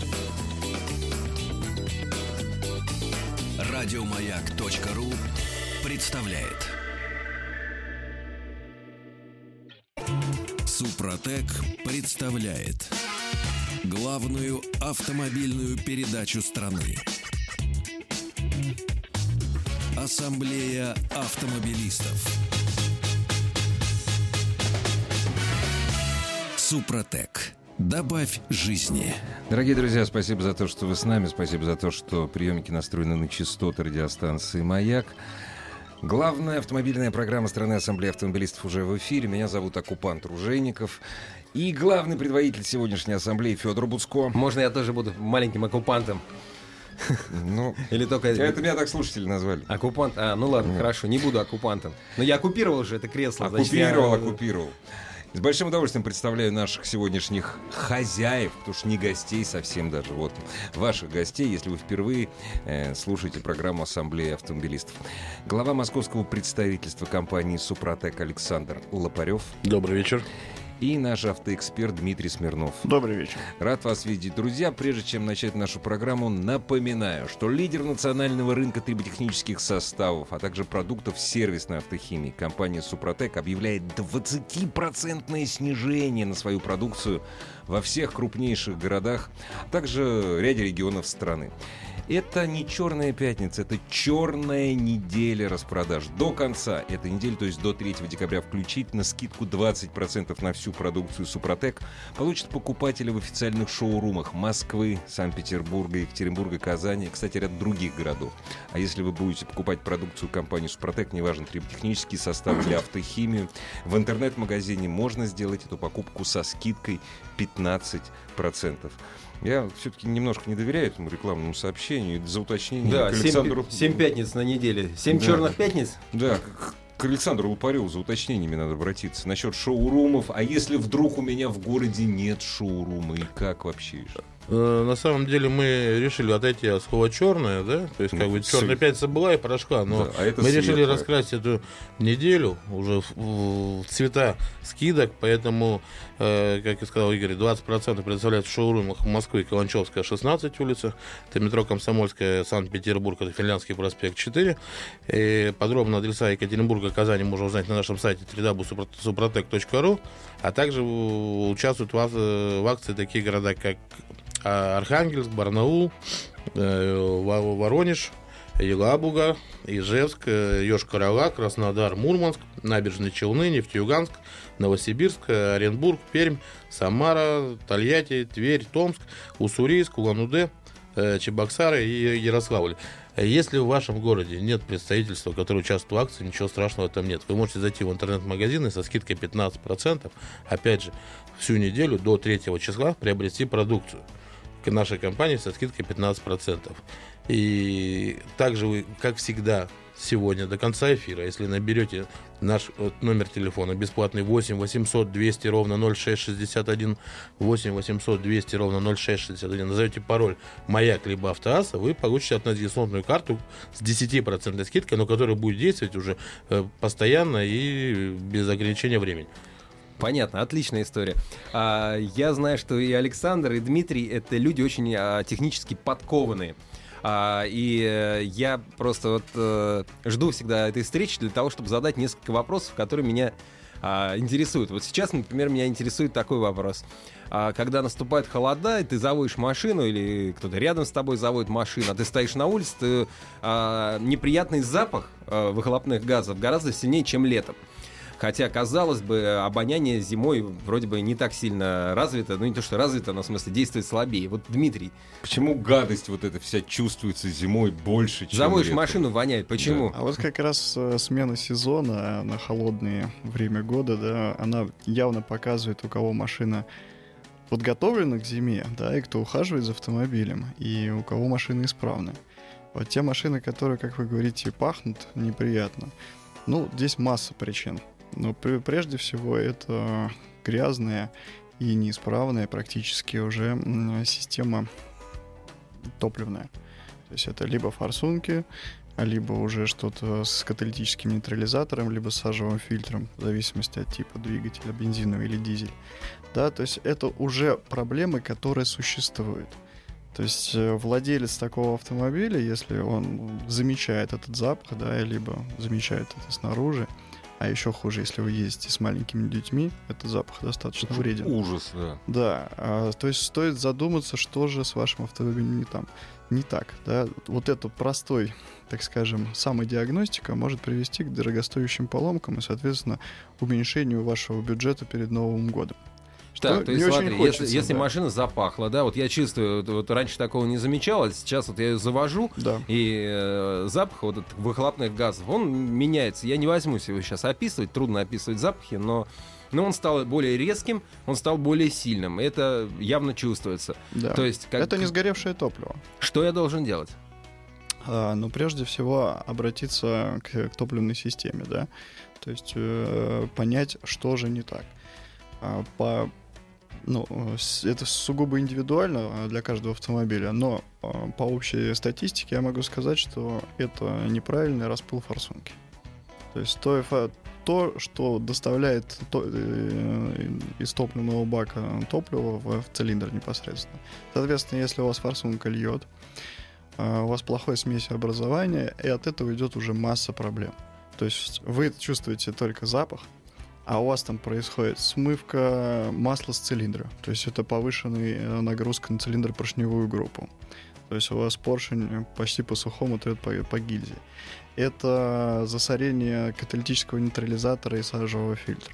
Радиомаяк.ру представляет. Супротек представляет главную автомобильную передачу страны. Ассамблея автомобилистов. Супротек. Добавь жизни. Дорогие друзья, спасибо за то, что вы с нами. Спасибо за то, что приемники настроены на частоты радиостанции «Маяк». Главная автомобильная программа страны Ассамблеи автомобилистов уже в эфире. Меня зовут Оккупант Ружейников. И главный предводитель сегодняшней ассамблеи Федор Буцко. Можно я тоже буду маленьким оккупантом? Ну, или только... Это меня так слушатели назвали. Оккупант? Ну ладно, хорошо, не буду оккупантом. Но я оккупировал же это кресло. Оккупировал. С большим удовольствием представляю наших сегодняшних хозяев, потому что не гостей совсем даже. Вот ваших гостей, если вы впервые слушаете программу Ассамблеи автомобилистов. Глава московского представительства компании «Супротек» Александр Лопарев. Добрый вечер. И наш автоэксперт Дмитрий Смирнов. Добрый вечер. Рад вас видеть, друзья. Прежде чем начать нашу программу, напоминаю, что лидер национального рынка триботехнических составов, а также продуктов сервисной автохимии, компания «Супротек» объявляет 20% снижение на свою продукцию во всех крупнейших городах, а также ряде регионов страны. Это не черная пятница, это черная неделя распродаж. До конца этой недели, то есть до 3 декабря включительно, скидку 20% на всю продукцию «Супротек» получат покупатели в официальных шоурумах Москвы, Санкт-Петербурга, Екатеринбурга, Казани, кстати, ряд других городов. А если вы будете покупать продукцию компании «Супротек», неважно, триботехнический состав или автохимию, в интернет-магазине можно сделать эту покупку со скидкой 15%. Я все-таки немножко не доверяю этому рекламному сообщению. За уточнение да, к Александру... 7 пятниц на неделе. 7 черных пятниц? Да, к Александру Лопареву за уточнениями надо обратиться. Насчет шоурумов. А если вдруг у меня в городе нет шоурума? И как вообще? На самом деле мы решили отойти от слова черное, да? То есть, как бы черная пятница была и прошла, но да, мы решили раскрасить эту неделю уже в цвета скидок, поэтому, как и сказал Игорь, 20% предоставляют в шоурумах Москвы, Каланчевская, 16 улица, это метро Комсомольская, Санкт-Петербург, это Финляндский проспект 4. И подробно адреса Екатеринбурга, Казани можно узнать на нашем сайте www.suprotec.ru, а также участвуют в акции такие города, как Архангельск, Барнаул, Воронеж, Елабуга, Ижевск, Йошкар-Олы, Краснодар, Мурманск, Набережные Челны, Нефтеюганск, Новосибирск, Оренбург, Пермь, Самара, Тольятти, Тверь, Томск, Уссурийск, Улан-Удэ, Чебоксары и Ярославль. Если в вашем городе нет представительства, которое участвует в акции, ничего страшного там нет. Вы можете зайти в интернет-магазины со скидкой 15%, опять же, всю неделю до 3 числа приобрести продукцию к нашей компании со скидкой 15%. И также вы, как всегда, сегодня до конца эфира, если наберете наш номер телефона бесплатный 8 800 200 ровно 0661, 8 800 200 ровно 0661, назовете пароль «Маяк» либо «Автоасса», вы получите от нас дисконтную карту с 10% скидкой, но которая будет действовать уже постоянно и без ограничения времени. Понятно, отличная история. Я знаю, что и Александр, и Дмитрий — это люди очень технически подкованные. И я просто жду всегда этой встречи для того, чтобы задать несколько вопросов, которые меня интересуют. Вот сейчас, например, меня интересует такой вопрос. Когда наступают холода, и ты заводишь машину, или кто-то рядом с тобой заводит машину, а ты стоишь на улице, неприятный запах выхлопных газов гораздо сильнее, чем летом. Хотя, казалось бы, обоняние зимой вроде бы не так сильно развито. Ну, не то, что развито, но в смысле действует слабее. Вот, Дмитрий. Почему гадость вот эта вся чувствуется зимой больше, чем заводишь летом? Машину, воняет. Почему? Да. А вот как раз смена сезона на холодное время года, да, она явно показывает, у кого машина подготовлена к зиме, да, и кто ухаживает за автомобилем, и у кого машина исправная. Вот те машины, которые, как вы говорите, пахнут неприятно, ну, здесь масса причин. Но прежде всего это грязная и неисправная практически уже система топливная. То есть это либо форсунки, либо уже что-то с каталитическим нейтрализатором, либо с сажевым фильтром, в зависимости от типа двигателя, бензиновый или дизель. Да, то есть это уже проблемы, которые существуют. То есть владелец такого автомобиля, если он замечает этот запах, да, либо замечает это снаружи, а еще хуже, если вы ездите с маленькими детьми, этот запах достаточно вреден. Ужас, да. Да, то есть стоит задуматься, что же с вашим автомобилем не так. Да? Вот этот простой, так скажем, самодиагностика может привести к дорогостоящим поломкам и, соответственно, уменьшению вашего бюджета перед Новым годом. Так, то есть не смотри, очень хочется, если да. машина запахла, да, вот я чувствую, вот раньше такого не замечал, а сейчас вот я ее завожу, Да. и запах вот этих выхлопных газов, он меняется. Я не возьмусь его сейчас описывать, трудно описывать запахи, но он стал более резким, он стал более сильным. И это явно чувствуется. Да. То есть, Это не сгоревшее топливо. Что я должен делать? Но прежде всего обратиться к топливной системе, да, то есть понять, что же не так. Это сугубо индивидуально для каждого автомобиля, но по общей статистике я могу сказать, что это неправильный распыл форсунки. То есть то, что доставляет из топливного бака топливо в цилиндр непосредственно. Соответственно, если у вас форсунка льет, у вас плохое смесеобразование, и от этого идет уже масса проблем. То есть вы чувствуете только запах, а у вас там происходит смывка масла с цилиндра. То есть это повышенная нагрузка на цилиндр поршневую группу. То есть у вас поршень почти по сухому трет по гильзе. Это засорение каталитического нейтрализатора и сажевого фильтра.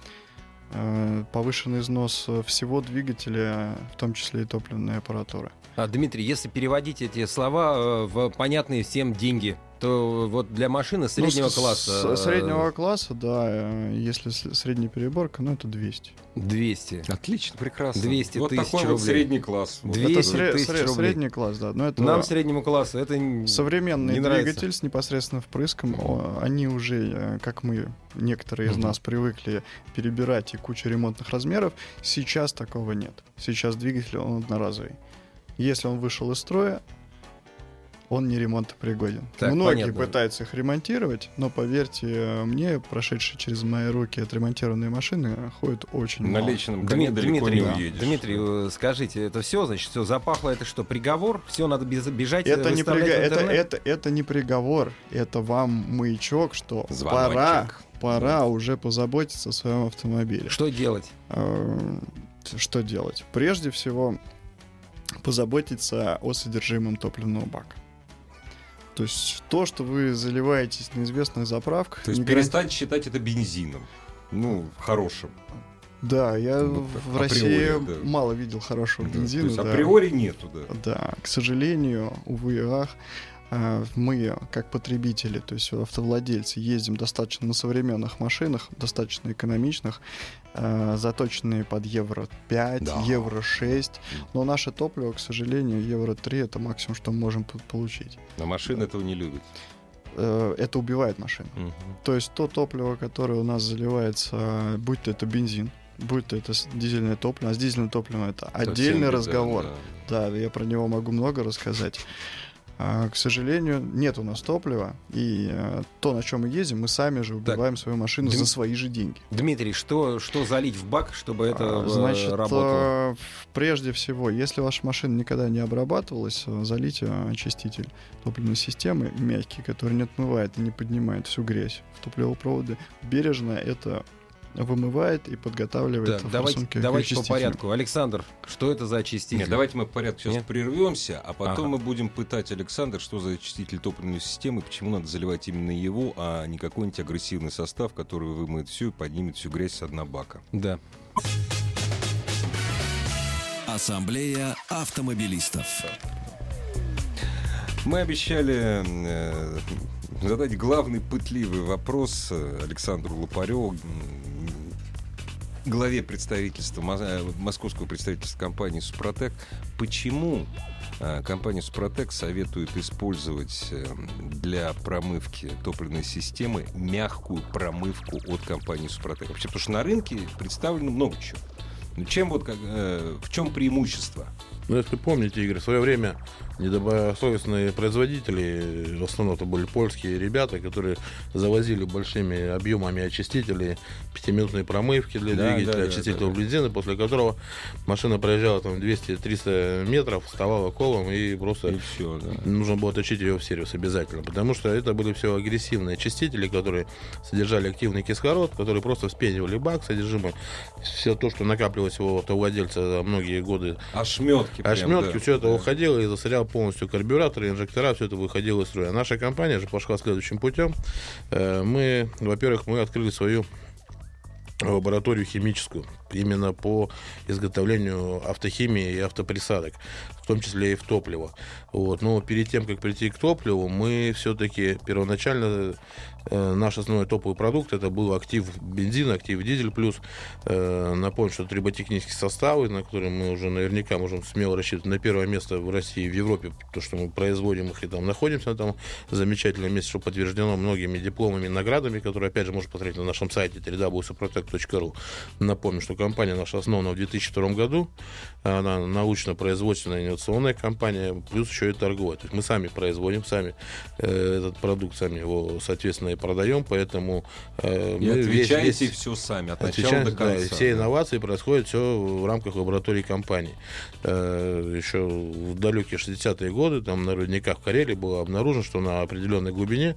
Повышенный износ всего двигателя, в том числе и топливной аппаратуры. Дмитрий, если переводить эти слова в понятные всем деньги, то вот для машины среднего класса... Среднего класса, да. Если средняя переборка, это 200. 200. Отлично, прекрасно. 200 вот тысяч такой рублей. вот средний класс. Вот 200 Это тысяч рублей. средний класс, да. Но это Нам среднему классу это современный не двигатель нравится. с непосредственно впрыском. Они уже, как мы, некоторые из нас привыкли перебирать и кучу ремонтных размеров, сейчас такого нет. Сейчас двигатель, он одноразовый. Если он вышел из строя, он не ремонтопригоден. Так, Многие понятно. пытаются их ремонтировать, но поверьте мне, прошедшие через мои руки отремонтированные машины ходят очень На мало. личном коне далеко не уедешь. Дмитрий, скажите, это все, значит, все запахло, это что, приговор? Все, надо бежать, Это не, выставлять в интернет? это не приговор, это вам маячок, что Звоночек. пора уже позаботиться о своем автомобиле. Что делать? Что делать? Прежде всего, позаботиться о содержимом топливного бака. То есть то, что вы заливаетесь на известных заправках... То есть не перестать считать это бензином. Хорошим. Да, я Вот в априори, России да. мало видел хорошего Да, то бензина. есть да. априори нету, да. Да, к сожалению, увы и ах, мы, как потребители, то есть автовладельцы, ездим достаточно на современных машинах, достаточно экономичных, заточенные под Евро 5, Да. Евро 6, но наше топливо, к сожалению, Евро 3 — это максимум, что мы можем получить. Но машина этого не любит. Это убивает машину. То есть то топливо, которое у нас заливается, будь то это бензин, будь то это дизельное топливо, а с дизельным топливом это отдельный Совсем разговор. беда, Да, я про него могу много рассказать. К сожалению, нет у нас топлива, и то, на чем мы ездим, мы сами же убиваем свою машину за свои же деньги. Дмитрий, что залить в бак, чтобы это Значит, работало? прежде всего, если ваша машина никогда не обрабатывалась, залейте очиститель топливной системы мягкий, который не отмывает и не поднимает всю грязь в топливопроводы. Бережно это вымывает и подготавливает форсунки к давайте по очистителю. порядку. Александр, что это за очиститель? Нет, давайте мы по порядку сейчас Нет? прервемся, а потом Ага. мы будем пытать Александра, что за очиститель топливной системы, почему надо заливать именно его, а не какой-нибудь агрессивный состав, который вымоет все и поднимет всю грязь с дна бака. Да. Ассамблея автомобилистов. Мы обещали задать главный пытливый вопрос Александру Лопареву, главе представительства, московского представительства компании «Супротек». Почему компания «Супротек» советует использовать для промывки топливной системы мягкую промывку от компании «Супротек»? Вообще, потому что на рынке представлено много чего. Но в чем преимущество Ну, если помните, Игорь, в свое время недобросовестные производители, в основном это были польские ребята, которые завозили большими объемами очистителей, 5-минутные промывки для двигателя, очистителя бензина, после которого машина проезжала там 200-300 метров, вставала колом и просто все, нужно было точить ее в сервис обязательно, потому что это были все агрессивные очистители, которые содержали активный кислород, которые просто вспенивали бак, содержимое, все то, что накапливалось у автовладельца за многие годы. Ошметки, все это уходило и засорял полностью карбюраторы, инжектора, все это выходило из строя. Наша компания же пошла следующим путем. Мы открыли свою лабораторию химическую именно по изготовлению автохимии и автоприсадок, в том числе и в топливо. Вот. Но перед тем, как прийти к топливу, мы все-таки первоначально наш основной топовый продукт это был актив бензин, актив дизель плюс. Напомню, что триботехнические составы, на которые мы уже наверняка можем смело рассчитывать на первое место в России и в Европе, то, что мы производим их и там находимся на том замечательном месте, что подтверждено многими дипломами и наградами, которые, опять же, можно посмотреть на нашем сайте www.suprotec.ru. Напомню, что компания наша основана в 2002 году. Она научно-производственная инновационная компания, плюс еще и торговая. То есть мы сами производим, сами этот продукт, сами его, соответственно, и продаем, поэтому мы отвечаете все сами, от начала до конца. Да, все инновации происходят все в рамках лаборатории компании. Еще в далекие 60-е годы там на рудниках в Карелии было обнаружено, что на определенной глубине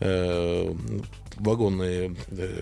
вагонные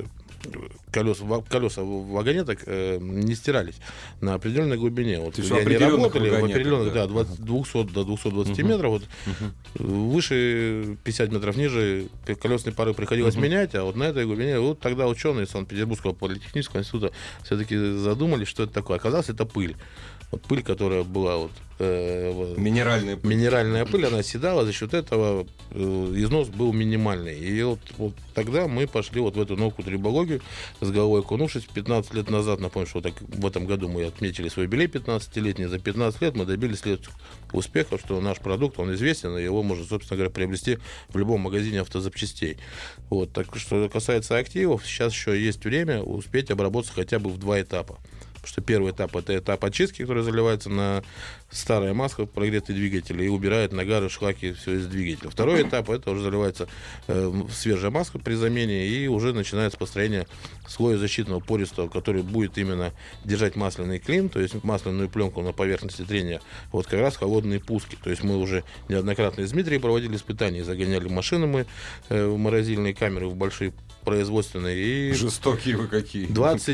колеса вагонеток не стирались на определенной глубине. Вот они не работали в определенных, да, 200 до 220 метров. Вот, выше 50 метров ниже колесные пары приходилось менять, а вот на этой глубине вот тогда ученые Санкт-Петербургского политехнического института все-таки задумались, что это такое. Оказалось, это пыль. Вот пыль, которая была вот, минеральная пыль, она оседала, за счет этого износ был минимальный. И вот тогда мы пошли вот в эту науку трибологию, с головой окунувшись 15 лет назад. Напомню, что в этом году мы отметили свой юбилей 15-летний. За 15 лет мы добились успеха, что наш продукт, он известен, и его можно, собственно говоря, приобрести в любом магазине автозапчастей. Вот. Так что касается активов, сейчас еще есть время успеть обработать хотя бы в 2 этапа. Потому что первый этап — это этап очистки, который заливается на старое масло, прогретый двигатель, и убирает нагары, шлаки, все из двигателя. Второй этап — это уже заливается свежее масло при замене, и уже начинается построение слоя защитного пористого, который будет именно держать масляный клин, то есть масляную пленку на поверхности трения, вот как раз холодные пуски. То есть мы уже неоднократно из Дмитрия проводили испытания, загоняли машины мы в морозильные камеры, в большие производственные. И жестокие вы какие.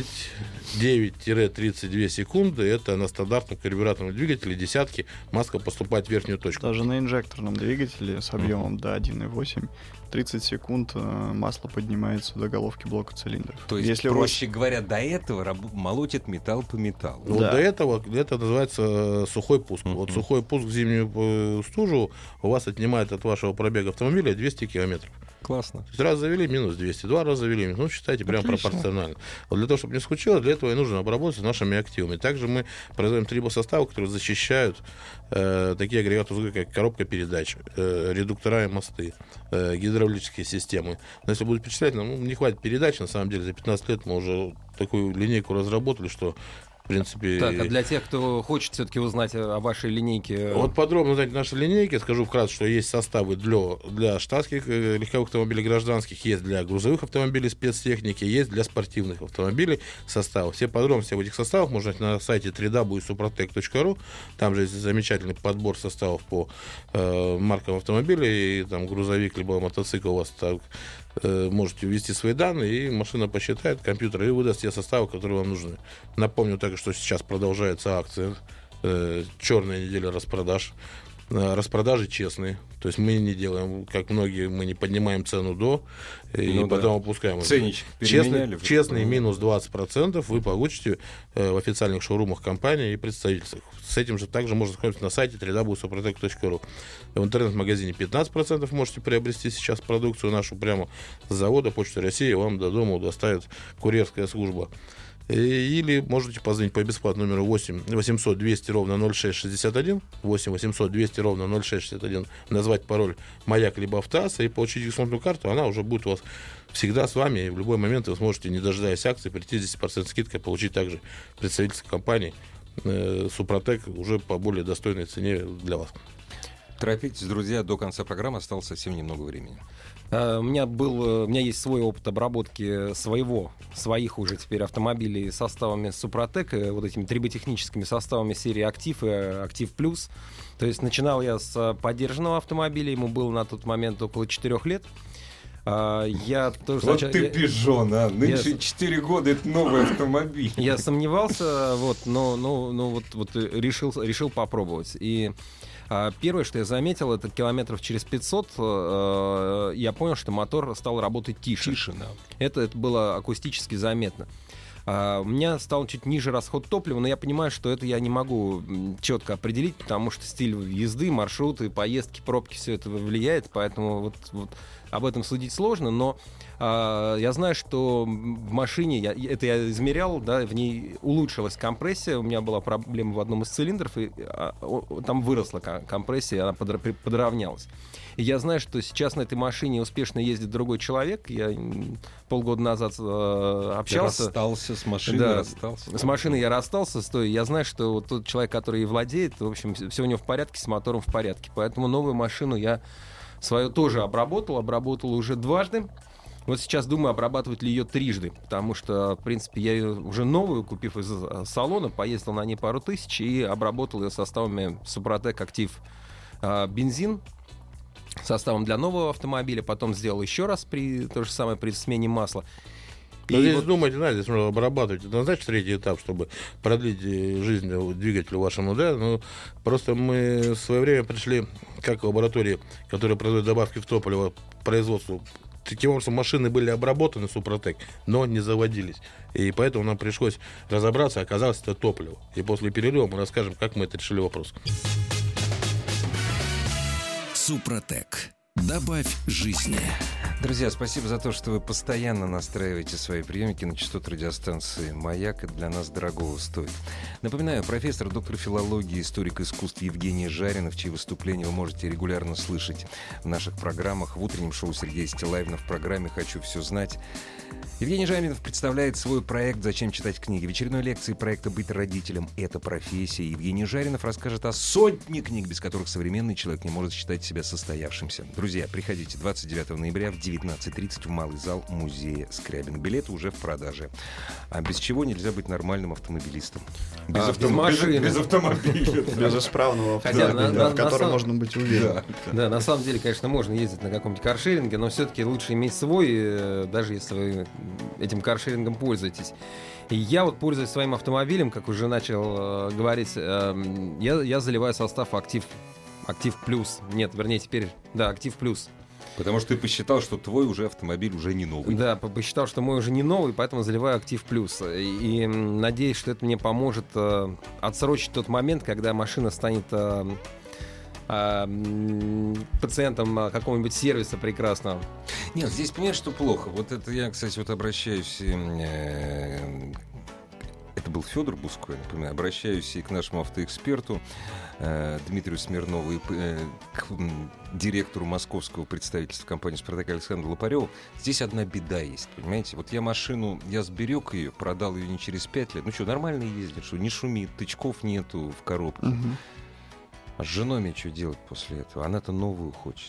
29-32 секунды это на стандартном карбюраторном двигателе десятки масло поступает в верхнюю точку. Даже на инжекторном двигателе с объемом до 1,8 30 секунд масло поднимается до головки блока цилиндров. То есть, если проще говоря, до этого молотит металл по металлу. Вот до этого это называется сухой пуск. Вот сухой пуск в зимнюю стужу у вас отнимает от вашего пробега автомобиля 200 километров. Классно. То есть раз завели, минус 200, 2 раза завели, ну, считайте, прям пропорционально. Вот для того, чтобы не случилось, для этого и нужно обработать нашими активами. Также мы производим трибосоставы, которые защищают такие агрегаты, как коробка передач, редуктора и мосты, гидравлические системы. Но если будут перечислять, нам не хватит передач, на самом деле, за 15 лет мы уже такую линейку разработали, что в принципе... Так, а для тех, кто хочет все-таки узнать о вашей линейке... Вот подробно узнать наши линейки, скажу вкратце, что есть составы для штатских легковых автомобилей гражданских, есть для грузовых автомобилей спецтехники, есть для спортивных автомобилей составы. Все подробности об этих составах можно найти на сайте www.suprotec.ru. Там же есть замечательный подбор составов по маркам автомобилей, и там грузовик либо мотоцикл у вас так, можете ввести свои данные, и машина посчитает, компьютер, и выдаст те составы, которые вам нужны. Напомню также, что сейчас продолжается акция «Черная неделя распродаж». Распродажи честные. То есть мы не делаем, как многие, мы не поднимаем цену до и потом опускаем. Ценничек честный минус 20% вы получите в официальных шоурумах компании и представительствах. С этим же также можно знакомиться на сайте www.suprotec.ru. В интернет-магазине 15% можете приобрести сейчас продукцию нашу прямо с завода Почты России, вам до дома доставит курьерская служба. Или можете позвонить по бесплатному номеру 8 800 200 ровно 0661, 8 800 200 ровно 0661, назвать пароль «Маяк» либо «Автоасса» и получить дисконтную карту. Она уже будет у вас всегда с вами, и в любой момент вы сможете, не дожидаясь акции, прийти с 10% скидкой, получить также представительство компании Супротек уже по более достойной цене для вас. Торопитесь, друзья, до конца программы осталось совсем немного времени. У меня есть свой опыт обработки своих уже теперь автомобилей составами Супротек, вот этими триботехническими составами серии Актив и Актив Плюс. То есть начинал я с подержанного автомобиля, ему было на тот момент около 4 лет. Я тоже вот ты пижон, а? Нынче 4 года это новый автомобиль. Я сомневался, но решил попробовать. И первое, что я заметил, это километров через 500 я понял, что мотор стал работать тише. Да. Это было акустически заметно. У меня стал чуть ниже расход топлива, но я понимаю, что это я не могу четко определить, потому что стиль езды, маршруты, поездки, пробки, все это влияет, поэтому вот об этом судить сложно, но я знаю, что в машине, я измерял, да, в ней улучшилась компрессия, у меня была проблема в одном из цилиндров, и там выросла компрессия, она подровнялась. И я знаю, что сейчас на этой машине успешно ездит другой человек. Я полгода назад общался. Ты расстался с машиной? Да, расстался. С машиной я расстался. Я знаю, что вот тот человек, который ей владеет, в общем, все у него в порядке, с мотором в порядке. Поэтому новую машину я свою тоже обработал уже дважды. Вот сейчас думаю, обрабатывать ли ее трижды, потому что, в принципе, я ее уже новую, купив из салона, поездил на ней пару тысяч и обработал ее составами Супротек Актив бензин, составом для нового автомобиля, потом сделал еще раз то же самое при смене масла. Но здесь думать, здесь нужно обрабатывать. Это значит третий этап, чтобы продлить жизнь двигателю вашему, да. Ну, просто мы в свое время пришли, как в лаборатории, которая производит добавки в топливо, производству. Таким образом, машины были обработаны Супротек, но не заводились. И поэтому нам пришлось разобраться, оказалось, это топливо. И после перерыва мы расскажем, как мы это решили вопрос. Супротек. Добавь жизни. Друзья, спасибо за то, что вы постоянно настраиваете свои приемники на частоту радиостанции «Маяк». Это для нас дорогого стоит. Напоминаю, профессор, доктор филологии, историк искусств Евгений Жаринов, чьи выступления вы можете регулярно слышать в наших программах. В утреннем шоу Сергея Стилавина в программе «Хочу все знать». Евгений Жаринов представляет свой проект «Зачем читать книги?». В очередной лекции проекта «Быть родителем – это профессия». Евгений Жаринов расскажет о сотне книг, без которых современный человек не может считать себя состоявшимся. Друзья, приходите 29 ноября в 19:30 в Малый зал музея Скрябина. Билеты уже в продаже. А без чего нельзя быть нормальным автомобилистом? Без машины. Без автомобиля. Без исправного автомобиля, в котором можно быть уверен. Да, на самом деле, конечно, можно ездить на каком-нибудь каршеринге, но все-таки лучше иметь свой, даже если вы этим каршерингом пользуетесь. И я вот, пользуясь своим автомобилем, как уже начал говорить, я заливаю состав Актив Плюс. Нет, вернее, теперь, да, Актив Плюс. Потому что ты посчитал, что твой уже автомобиль уже не новый. Да, посчитал, что мой уже не новый, поэтому заливаю Актив Плюс. И надеюсь, что это мне поможет отсрочить тот момент, когда машина станет пациентом какого-нибудь сервиса прекрасного. Нет, здесь понимаешь, что плохо. Вот это я, кстати, вот обращаюсь... Это был Федор Буско, я напоминаю. Обращаюсь и к нашему автоэксперту Дмитрию Смирнову, и к директору московского представительства компании «Супротек» Александру Лопареву. Здесь одна беда есть, понимаете? Вот я сберег ее, продал ее не через 5 лет. Ну что, нормально ездит, что не шумит, тычков нету в коробке. Угу. А с женой мне что делать после этого? Она-то новую хочет.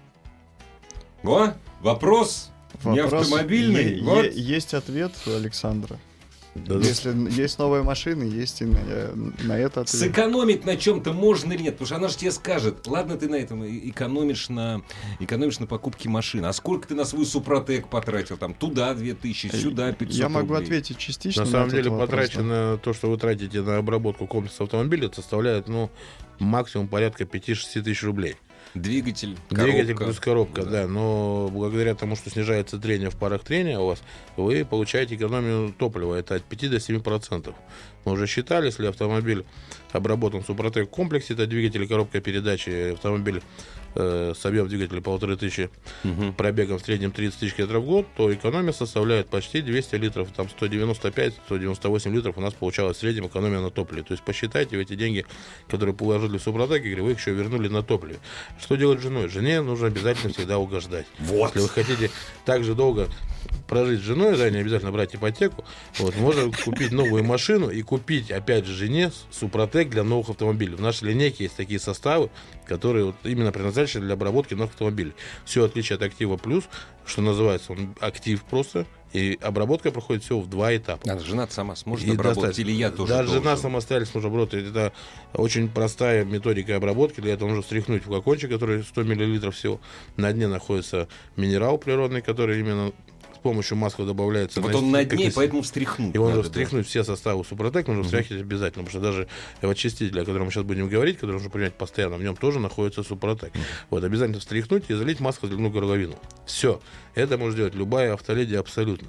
О, вопрос не автомобильный. Вот. Есть ответ у Александра. Да, если есть новая машина, есть и на это ответ. Сэкономить на чем-то можно или нет? Потому что она же тебе скажет: ладно, ты на этом экономишь на покупке машины. А сколько ты на свой Супротек потратил? Там туда 2000, сюда 500 Я могу рублей. ответить частично. На самом деле, потрачено то, что вы тратите на обработку комплекса автомобиля, это составляет максимум порядка 5-6 тысяч рублей. Двигатель, Двигатель плюс коробка, да. Но благодаря тому, что снижается трение в парах трения у вас, вы получаете экономию топлива. Это от 5 до 7%. Мы уже считали, если автомобиль обработан в Супротек комплексе. Это двигатель и коробка передач, автомобиль с объемом двигателя 1500 пробегом в среднем 30 тысяч километров в год, то экономия составляет почти 200 литров, там 195-198 литров у нас получалась в среднем экономия на топливе. То есть посчитайте, вы эти деньги, которые положили в Супротек, вы их еще вернули на топливе. Что делать с женой? Жене нужно обязательно всегда угождать. Вот. Если вы хотите так же долго прожить с женой, да, не обязательно брать ипотеку, вот, можно купить новую машину и купить, опять же, жене Супротек для новых автомобилей. В нашей линейке есть такие составы, которые вот именно предназначены для обработки новых автомобилей. Все отличие от Актива Плюс, что называется, он актив просто, и обработка проходит всего в 2 этапа. А жена сама сможет обработать, или я тоже даже должен? Жена самостоятельно сможет обработать. Это очень простая методика обработки. Для этого нужно встряхнуть флакончик, который 100 мл всего. На дне находится минерал природный, который именно с помощью масла добавляется. Вот он на дне, поэтому встряхнуть. Его нужно встряхнуть, все составы Супротек, нужно встряхивать обязательно, потому что даже очиститель, о котором мы сейчас будем говорить, который нужно применять постоянно, в нем тоже находится Супротек. Вот, обязательно встряхнуть и залить масло в земляную горловину. Все. Это может делать любая автоледи абсолютно.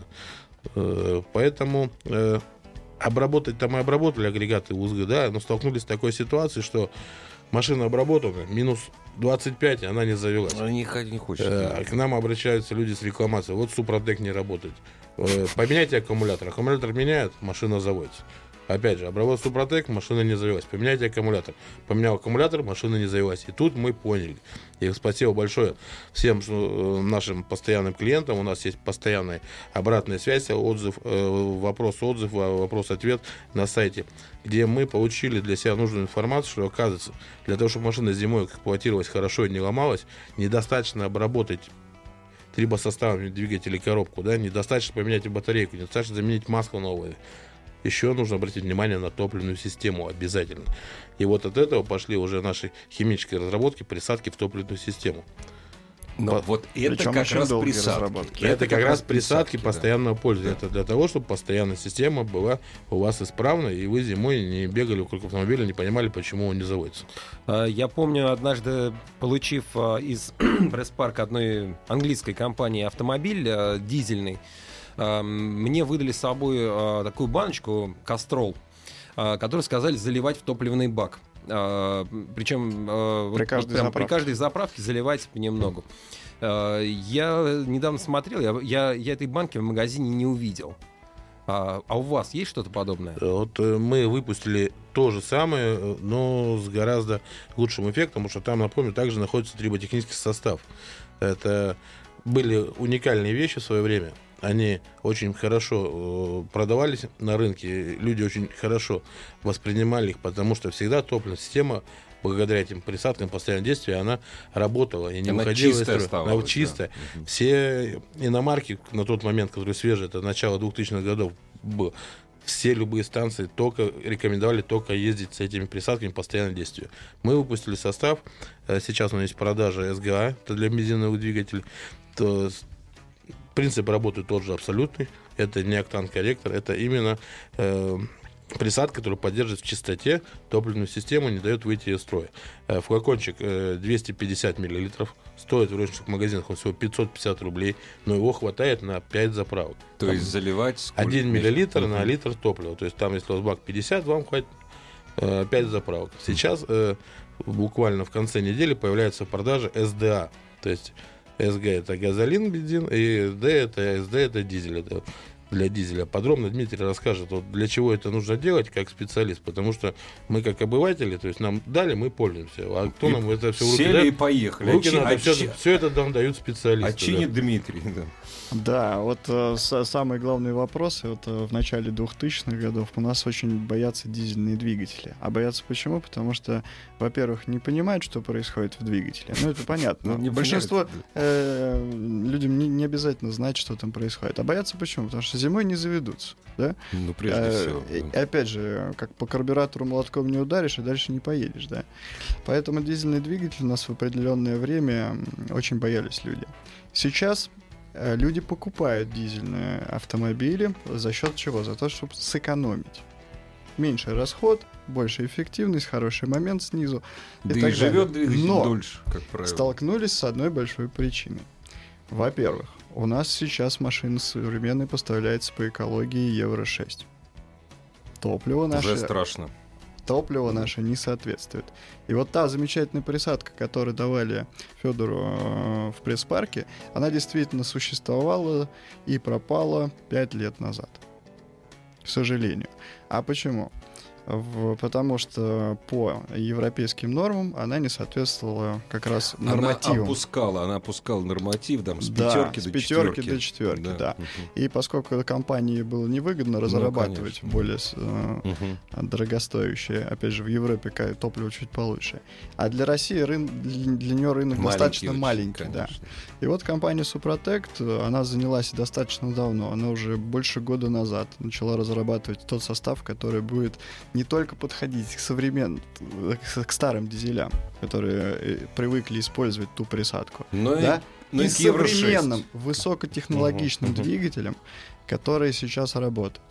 Поэтому обработать там и обработали агрегаты УЗГ, да, но столкнулись с такой ситуацией, что машина обработана, минус 25, она не завелась. Не хочет. К нам обращаются люди с рекламацией. Вот Супротек не работает. Поменяйте аккумулятор. Аккумулятор меняют, машина заводится. Опять же, обработал Супротек, машина не завелась. Поменяйте аккумулятор. Поменял аккумулятор, машина не завелась. И тут мы поняли. И спасибо большое всем нашим постоянным клиентам. У нас есть постоянная обратная связь, отзыв, вопрос-отзыв, вопрос-ответ на сайте, где мы получили для себя нужную информацию, что, оказывается, для того, чтобы машина зимой эксплуатировалась хорошо и не ломалась, недостаточно обработать трибосоставами двигателя и коробку, да, недостаточно поменять батарейку, недостаточно заменить масло новое. Еще нужно обратить внимание на топливную систему обязательно. И вот от этого пошли уже наши химические разработки, присадки в топливную систему. Но вот это как раз присадки. Это как раз присадки постоянного пользования. Это для того, чтобы постоянная система была у вас исправна, и вы зимой не бегали вокруг автомобиля, не понимали, почему он не заводится. Я помню, однажды, получив из пресс-парка одной английской компании автомобиль дизельный, мне выдали с собой такую баночку «Кастрол», которую сказали заливать в топливный бак. Причем при каждой заправке заливать понемногу. Я недавно смотрел, я этой банки в магазине не увидел. А у вас есть что-то подобное? Вот мы выпустили то же самое, но с гораздо лучшим эффектом, потому что там, напомню, также находится триботехнический состав. Это были уникальные вещи в свое время. Они очень хорошо продавались на рынке, люди очень хорошо воспринимали их, потому что всегда топливная система, благодаря этим присадкам постоянного действия, она работала и не выходила из строя. Она чистая. Да. Все иномарки на тот момент, которые свежие, это начало 2000-х годов было, все любые станции рекомендовали только ездить с этими присадками постоянного действия. Мы выпустили состав, сейчас у нас есть продажа СГА, это для бензиновых двигателей. Принцип работы тот же абсолютный. Это не октан-корректор, это именно присадка, которая поддерживает в чистоте топливную систему, не дает выйти из строя. Флакончик 250 мл. Стоит в розничных магазинах он всего 550 рублей, но его хватает на 5 заправок. То есть заливать 1 мл на литр топлива. То есть там, если у вас бак 50, вам хватит 5 заправок. Сейчас буквально в конце недели появляется в продаже СДА. То есть СГ это газолин, бензин, и СД это дизель. Это для дизеля. Подробно Дмитрий расскажет, вот для чего это нужно делать как специалист, потому что мы как обыватели, то есть нам дали, мы пользуемся, а кто нам это все в руки дает? И поехали. Все это нам дают специалисты. Чинит Дмитрий. Да, вот самые главные вопросы вот, в начале 2000-х годов у нас очень боятся дизельные двигатели. А боятся почему? Потому что, во-первых, не понимают, что происходит в двигателе. Ну, это понятно. Большинство людям не обязательно знать, что там происходит. А боятся почему? Потому что зимой не заведутся. Да? Ну, прежде всего. И опять же, как по карбюратору молотком не ударишь, и дальше не поедешь. Да? Поэтому дизельный двигатель у нас в определенное время очень боялись люди. Сейчас люди покупают дизельные автомобили за счет чего? За то, чтобы сэкономить. Меньший расход, больше эффективность, хороший момент снизу. Да и живет двигатель дольше, как правило. Столкнулись с одной большой причиной. Во-первых, у нас сейчас машины современные поставляются по экологии Евро-6. Топливо наше... Уже страшно. топливо наше не соответствует. И вот та замечательная присадка, которую давали Федору в пресс-парке, она действительно существовала и пропала 5 лет назад. К сожалению. А почему? Потому что по европейским нормам она не соответствовала как раз нормативам. Она опускала норматив там, с пятерки до четверки. Да. И поскольку компании было невыгодно разрабатывать более дорогостоящее, опять же, в Европе топливо чуть получше. А для России для нее рынок маленький, достаточно маленький. Да. И вот компания Супротек, она занялась достаточно давно. Она уже больше года назад начала разрабатывать тот состав, который будет не только подходить к старым дизелям, которые привыкли использовать ту присадку, и современным высокотехнологичным двигателям, которые сейчас работают.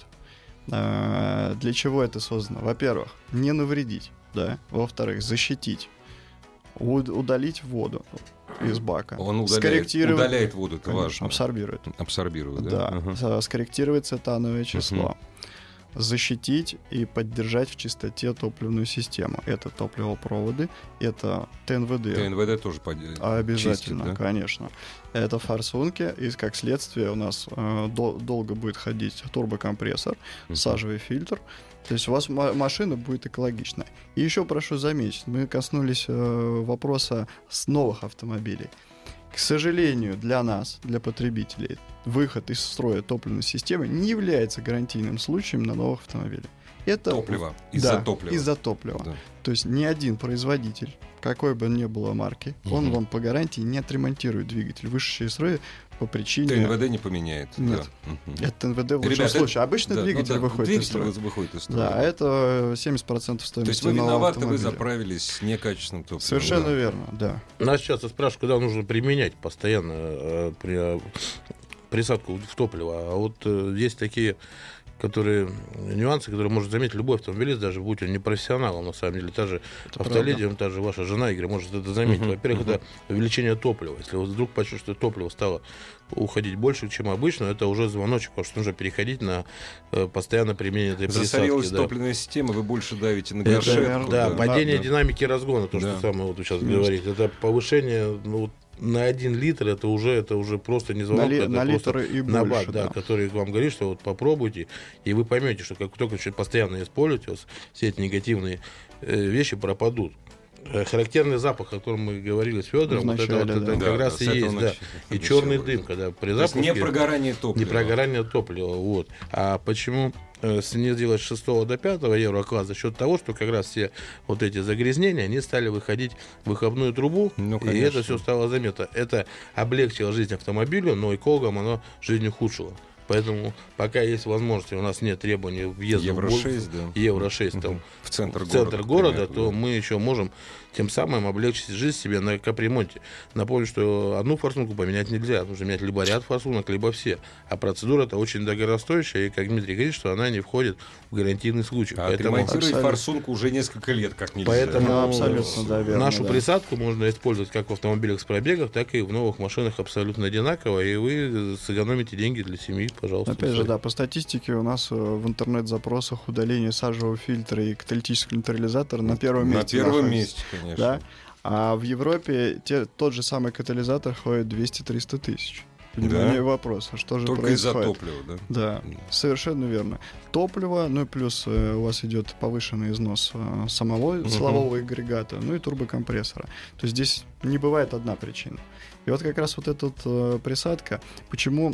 Для чего это создано? Во-первых, не навредить, да? Во-вторых, защитить, удалить воду из бака. Он удаляет воду, это конечно, важно. Абсорбирует, да? Да, скорректировать цетановое число. Защитить и поддержать в чистоте топливную систему. Это топливопроводы, это ТНВД. ТНВД тоже обязательно, чистит, да? Конечно. Это форсунки, и как следствие у нас долго будет ходить турбокомпрессор, сажевый фильтр. То есть у вас машина будет экологична. И еще прошу заметить, мы коснулись вопроса с новых автомобилей. К сожалению, для нас, для потребителей, выход из строя топливной системы не является гарантийным случаем на новых автомобилях. Это топливо. Из-за топлива. Из-за топлива. Да. То есть ни один производитель, какой бы ни было марки, он вам по гарантии не отремонтирует двигатель, вышедший из строя по причине... ТНВД не поменяет. Нет. Да. Это ТНВД в лучшем случае. Обычно двигатель выходит из строя. Да, а это 70% стоимости. То есть вы виноваты, вы заправились с некачественным топливом. Совершенно верно, да. Нас часто спрашивают, когда нужно применять постоянно присадку в топливо. А вот есть такие нюансы, которые может заметить любой автомобилист, даже будь он не профессионалом, на самом деле. Та же автоледи, та же ваша жена, Игорь, может это заметить. Во-первых, это увеличение топлива. Если вы вдруг почувствуете, что топливо стало уходить больше, чем обычно, это уже звоночек, потому что нужно переходить на постоянное применение этой присадки. Засорилась топливная система, вы больше давите на гашетку. Да, падение динамики разгона, то, что самое вот вы сейчас говорите. Это повышение, на 1 литр это уже просто не звонок, на литр и больше, набат, да, который вам говорит, что вот попробуйте, и вы поймете, что как только постоянно используете, все эти негативные вещи пропадут. Характерный запах, о котором мы говорили с Федором, это как раз и есть, да. И черный дым, когда при запуске... Не прогорание топлива. Не прогорание топлива, вот. А почему снизилось с 6 до 5 еврокласса? За счет того, что как раз все вот эти загрязнения, они стали выходить в выхлопную трубу, и это все стало заметно. Это облегчило жизнь автомобилю, но экологам оно жизнь ухудшило. Поэтому пока есть возможность, у нас нет требований въезда Евро-6 там, в центр города, то мы еще можем тем самым облегчить жизнь себе на капремонте. Напомню, что одну форсунку поменять нельзя. Нужно менять либо ряд форсунок, либо все. А процедура это очень дорогостоящая, и, как Дмитрий говорит, что она не входит в гарантийный случай. Ремонтировать форсунку уже несколько лет как нельзя. Поэтому нашу присадку можно использовать как в автомобилях с пробегом, так и в новых машинах абсолютно одинаково, и вы сэкономите деньги для семьи, пожалуйста. Опять же, да, по статистике у нас в интернет-запросах удаление сажевого фильтра и каталитического нейтрализатора на первом месте. На первом месте, конечно. Да? А в Европе тот же самый катализатор ходит 200-300 тысяч. Внимание, вопрос, а что же только происходит? Только из-за топлива, да? Да, совершенно верно. Топливо, ну и плюс у вас идет повышенный износ самого силового агрегата, ну и турбокомпрессора. То есть здесь не бывает одна причина. И вот как раз вот эта присадка, почему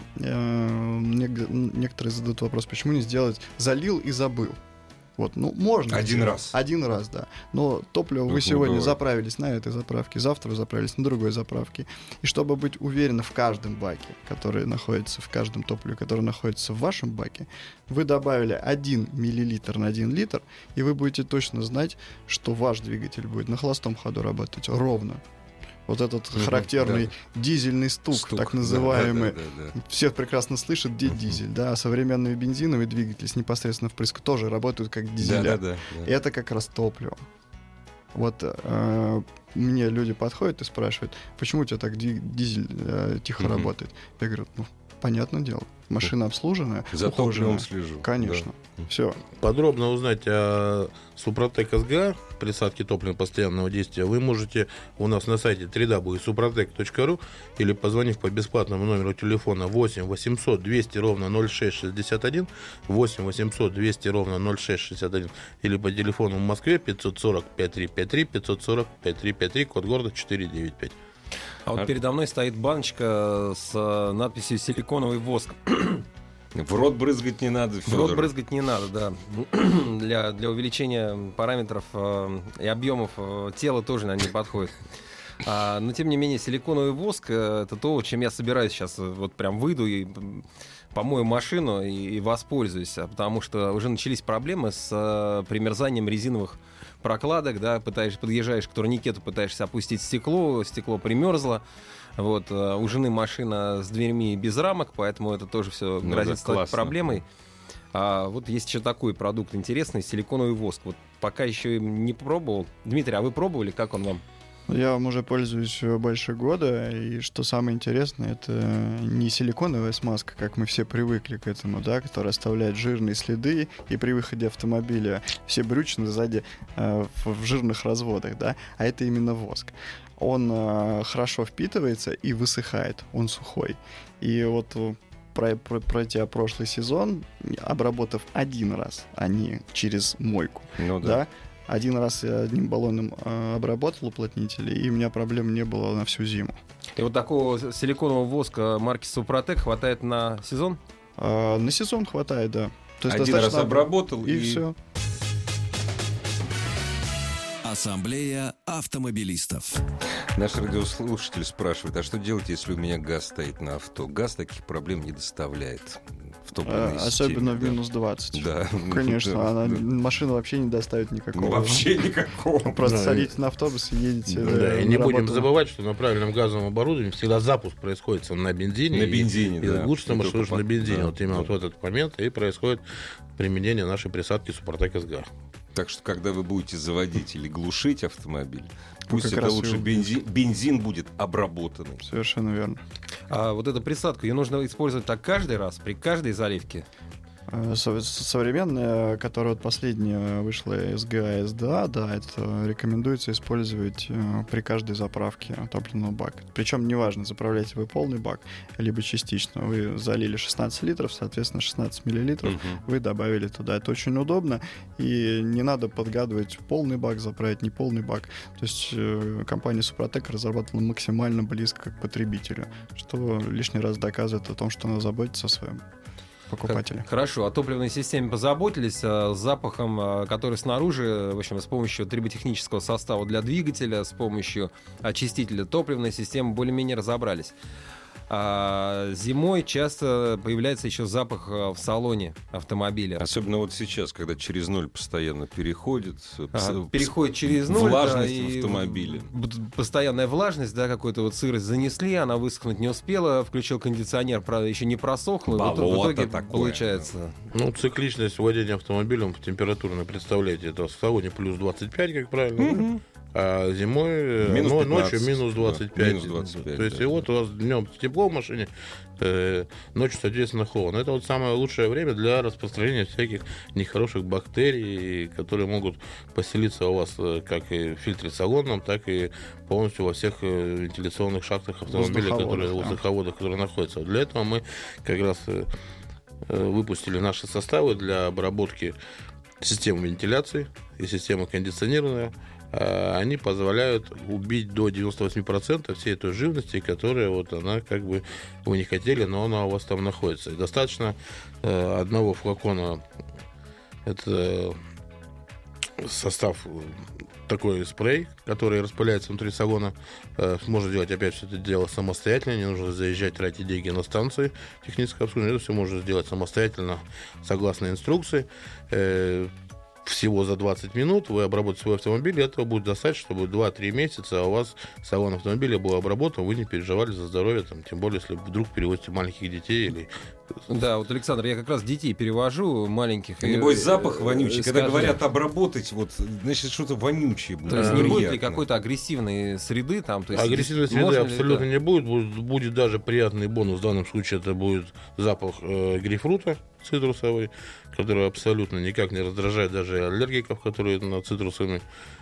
некоторые задают вопрос, почему не сделать залил и забыл? Вот, можно. Один раз, да. Но топливо вы сегодня заправились на этой заправке, завтра вы заправились на другой заправке. И чтобы быть уверены в каждом баке, который находится, в каждом топливе, которое находится в вашем баке, вы добавили 1 миллилитр на 1 литр, и вы будете точно знать, что ваш двигатель будет на холостом ходу работать ровно. Вот этот характерный дизельный стук, так называемый. Да. Все прекрасно слышат, где дизель. Да, а современные бензиновые двигатели с непосредственно впрыском тоже работают как дизеля. Да. И это как раз топливо. Вот мне люди подходят и спрашивают, почему у тебя так дизель тихо работает? Я говорю, понятное дело. Машина обслуженная, За ухоженная. топливом слежу. Конечно. Все. Подробно узнать о Супротек СГА, присадке топлива постоянного действия, вы можете у нас на сайте www.suprotec.ru или позвонив по бесплатному номеру телефона 8 800 200 ровно 0661, 8 800 200 ровно 0661 или по телефону в Москве 540 5353, 540 5353, код города 495. А вот передо мной стоит баночка с надписью «Силиконовый воск». В рот брызгать не надо, В Фёдор. рот брызгать не надо, да. Для увеличения параметров и объемов тела тоже, наверное, не подходит. Но, тем не менее, силиконовый воск — это то, чем я собираюсь сейчас. Вот прям выйду и помою машину и воспользуюсь. Потому что уже начались проблемы с примерзанием резиновых прокладок, да, подъезжаешь к турникету, пытаешься опустить стекло примерзло. Вот, у жены машина с дверьми без рамок, поэтому это тоже все грозит стать проблемой. А вот есть еще такой продукт интересный, силиконовый воск. Вот пока еще не пробовал. Дмитрий, а вы пробовали? Как он вам? Я вам уже пользуюсь больше года, и что самое интересное, это не силиконовая смазка, как мы все привыкли к этому, да, которая оставляет жирные следы, и при выходе автомобиля все брючины сзади в жирных разводах, да, а это именно воск. Он хорошо впитывается и высыхает, он сухой. И вот пройдя прошлый сезон, обработав один раз, а не через мойку, Ну да, один раз я одним баллоном обработал уплотнители, и у меня проблем не было на всю зиму. И вот такого силиконового воска марки Супротек хватает на сезон? На сезон хватает, да. То есть один раз достаточно обработал и все. Ассамблея автомобилистов. Наш радиослушатель спрашивает, а что делать, если у меня газ стоит на авто? Газ таких проблем не доставляет. В топливной Особенно системе, в минус 20. Да. Конечно, Да. машина вообще не доставит никакого. Вообще никакого. Просто Да, садитесь на автобус и едете. Да, и на не будем работу. забывать, что на правильном газовом оборудовании всегда запуск происходит на бензине. На бензине, и да. лучше И машина только на бензине. да, Вот именно да. вот в этот момент и происходит применение нашей присадки Супротек СГА. Так что, когда вы будете заводить или глушить автомобиль, пусть как это раз лучше и бензин будет обработанный. Совершенно верно. А вот эту присадку, ее нужно использовать так каждый раз, при каждой заливке? Современная, которая вот последняя вышла СГА, СДА, да, это рекомендуется использовать при каждой заправке топливного бака. Причем неважно, заправляете вы полный бак, либо частично. Вы залили 16 литров, соответственно, 16 миллилитров вы добавили туда. Это очень удобно, и не надо подгадывать полный бак, заправить не полный бак. То есть компания Супротек разработала максимально близко к потребителю, что лишний раз доказывает о том, что она заботится о своем покупателя. Хорошо, о топливной системе позаботились, с запахом, который снаружи, в общем, с помощью триботехнического состава для двигателя, с помощью очистителя топливной системы более-менее разобрались. А зимой часто появляется еще запах в салоне автомобиля. Особенно вот сейчас, когда через ноль постоянно переходит. Переходит через ноль, влажность да, в автомобиле. Постоянная влажность, да, какую-то вот сырость занесли, она высохнуть не успела, включил кондиционер, правда, еще не просохло. Вот в итоге такое. получается. Ну, цикличность владения автомобилем температурно, представляете, это в салоне плюс 25, как правильно, да? А зимой, Минус 15, ночью минус 25. да, минус 25, То есть, да. и вот у вас днем тепло в машине, ночью, соответственно, холодно. Это вот самое лучшее время для распространения всяких нехороших бактерий, которые могут поселиться у вас как и в фильтре салонном, так и полностью во всех вентиляционных шахтах автомобиля, воздуховодах, которые находятся. Для этого мы как раз выпустили наши составы для обработки системы вентиляции и системы кондиционирования. Они позволяют убить до 98% всей той живности, которая вот она как бы вы не хотели, но она у вас там находится. И достаточно одного флакона, это состав такой спрей, который распыляется внутри салона. Можно делать опять все это дело самостоятельно, не нужно заезжать, тратить деньги на станции технического обслуживания. Это все можно сделать самостоятельно, согласно инструкции. всего за 20 минут вы обработаете свой автомобиль, и этого будет достаточно, чтобы 2-3 месяца у вас салон автомобиля был обработан, вы не переживали за здоровье, там, тем более, если вдруг перевозите маленьких детей или... Да, вот, Александр, я как раз детей перевожу, маленьких. Небось, запах вонючий. Когда скажи, говорят обработать, вот, значит, что-то вонючее будет. то есть не будет ли Неприятно. какой-то агрессивной среды там? То есть Агрессивной среды можно ли абсолютно это? не будет. Будет даже приятный бонус. В данном случае это будет запах грейпфрута цитрусовый, который абсолютно никак не раздражает даже аллергиков, которые на цитрусами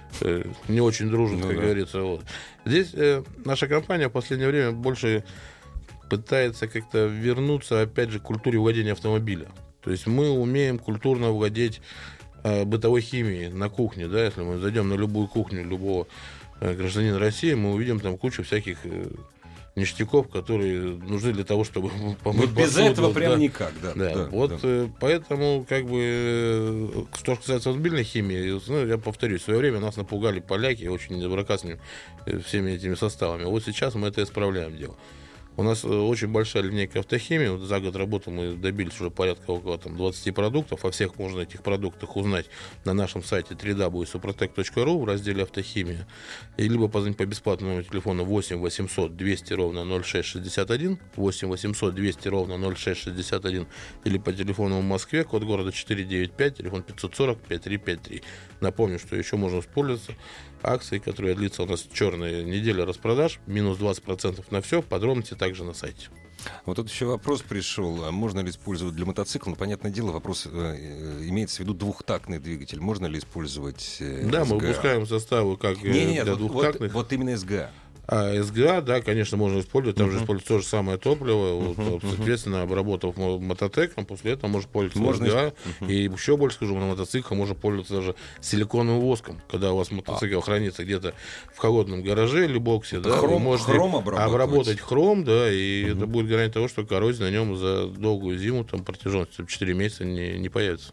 не очень дружат, Ну как да. говорится. Вот. Здесь наша компания в последнее время больше пытается как-то вернуться, опять же, к культуре владения автомобиля. То есть мы умеем культурно владеть бытовой химией на кухне. Да? Если мы зайдем на любую кухню любого гражданина России, мы увидим там кучу всяких ништяков, которые нужны для того, чтобы помыть Вот без посуду, этого прям да. никак, да. Да, вот поэтому, как бы, что касается автомобильной химии, ну, я повторюсь, в свое время нас напугали поляки очень доброкачественными всеми этими составами. Вот сейчас мы это исправляем дело. У нас очень большая линейка автохимии. Вот за год работы мы добились уже порядка около 20 продуктов. О всех можно этих продуктах узнать на нашем сайте www.suprotec.ru в разделе «Автохимия». И либо позвонить по бесплатному телефону 8 800 200 ровно 0661, 8 800 200 ровно 0661, или по телефону в Москве, код города 495, телефон 540 5353. Напомню, что еще можно воспользоваться акцией, которая длится у нас черная неделя распродаж, минус 20% на все. Подробности также на сайте. Вот тут еще вопрос пришел. А можно ли использовать для мотоцикла? Ну, понятное дело, вопрос имеется в виду двухтактный двигатель. Можно ли использовать Да, мы СГА? выпускаем составы как Нет, для двухтактных. вот именно СГА. А СГА, да, конечно, можно использовать. Там же используется то же самое топливо. Вот, соответственно, обработав мототеком, после этого можно пользоваться Можно СГА. И еще больше скажу, на мотоцикле можно пользоваться даже силиконовым воском. Когда у вас мотоцикл хранится где-то в холодном гараже или боксе, да, вы можете хром обработать хром, да, и это будет гарантия того, что коррозия на нем за долгую зиму, там, протяженностью 4 месяца не появится.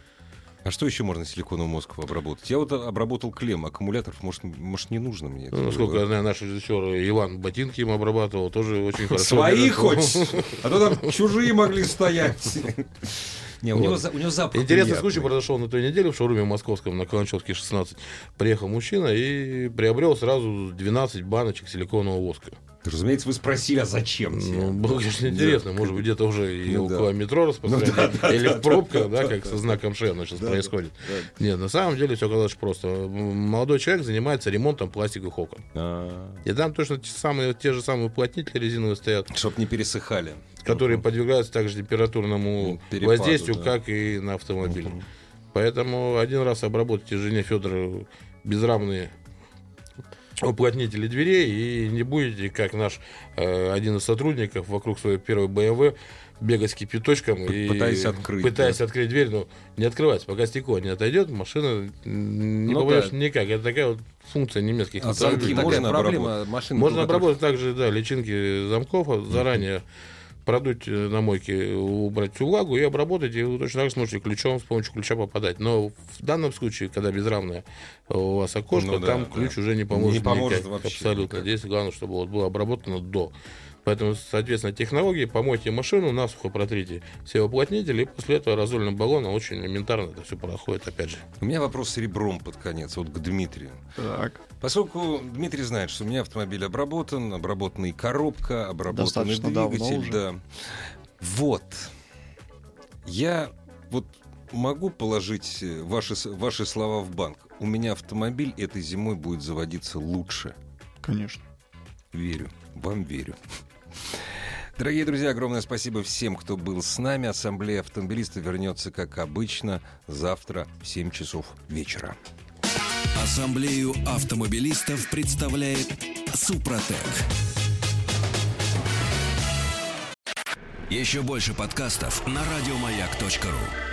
А что еще можно силиконовым мозгом обработать? Я вот обработал клемм, аккумуляторов, может не нужно мне. Ну, насколько я знаю, наш режиссер Иван ботинки им обрабатывал, тоже очень хорошо. Свои хоть? А то там чужие могли стоять. Не, у него запах Интересный приятный. случай произошел на той неделе в шоуруме московском на Каланчевске 16. Приехал мужчина и приобрел сразу 12 баночек силиконового воска. Разумеется, вы спросили, а зачем тебе? Ну, было, конечно, интересно. Может быть, где-то уже и Ну, около да. метро распространяется, или в пробках, да, как со знаком Ш сейчас происходит. Нет, на самом деле все оказалось просто. Молодой человек занимается ремонтом пластиковых окон. И там точно те же самые уплотнители резиновые стоят, Чтоб не пересыхали. которые подвергаются также температурному Перепаду, воздействию, да. как и на автомобиле. Поэтому один раз обработайте жене Федорову безрамные уплотнители дверей, и не будете, как наш один из сотрудников вокруг своей первой BMW, бегать с кипяточком и Пытаясь открыть дверь, но не открывать, пока стекло не отойдет, машина не попадешь никак. Это такая вот функция немецких А замки автомобилей. Такая можно проблема машин. Можно обработать также, да, личинки замков, заранее продуть на мойке, убрать всю влагу и обработать, и вы точно так же сможете ключом, с помощью ключа попадать. Но в данном случае, когда безрамное у вас окошко, Ну да, там да. ключ уже не поможет. Не поможет никак, вообще абсолютно. никак. Здесь главное, чтобы вот было обработано до. Поэтому, соответственно, технологии: помойте машину, насухо протрите все уплотнители, и после этого разольным баллоном очень элементарно это все проходит, опять же. У меня вопрос с ребром под конец, вот к Дмитрию. Так, Поскольку Дмитрий знает, что у меня автомобиль обработана и коробка, обработан и Достаточно давно двигатель, уже. да. Вот. Я вот могу положить ваши слова в банк. У меня автомобиль этой зимой будет заводиться лучше. конечно. Верю. Вам верю. Дорогие друзья, огромное спасибо всем, кто был с нами. Ассамблея автомобилистов вернется, как обычно, завтра в 7 часов вечера. Ассамблею автомобилистов представляет Супротек. Еще больше подкастов на радиомаяк.ру.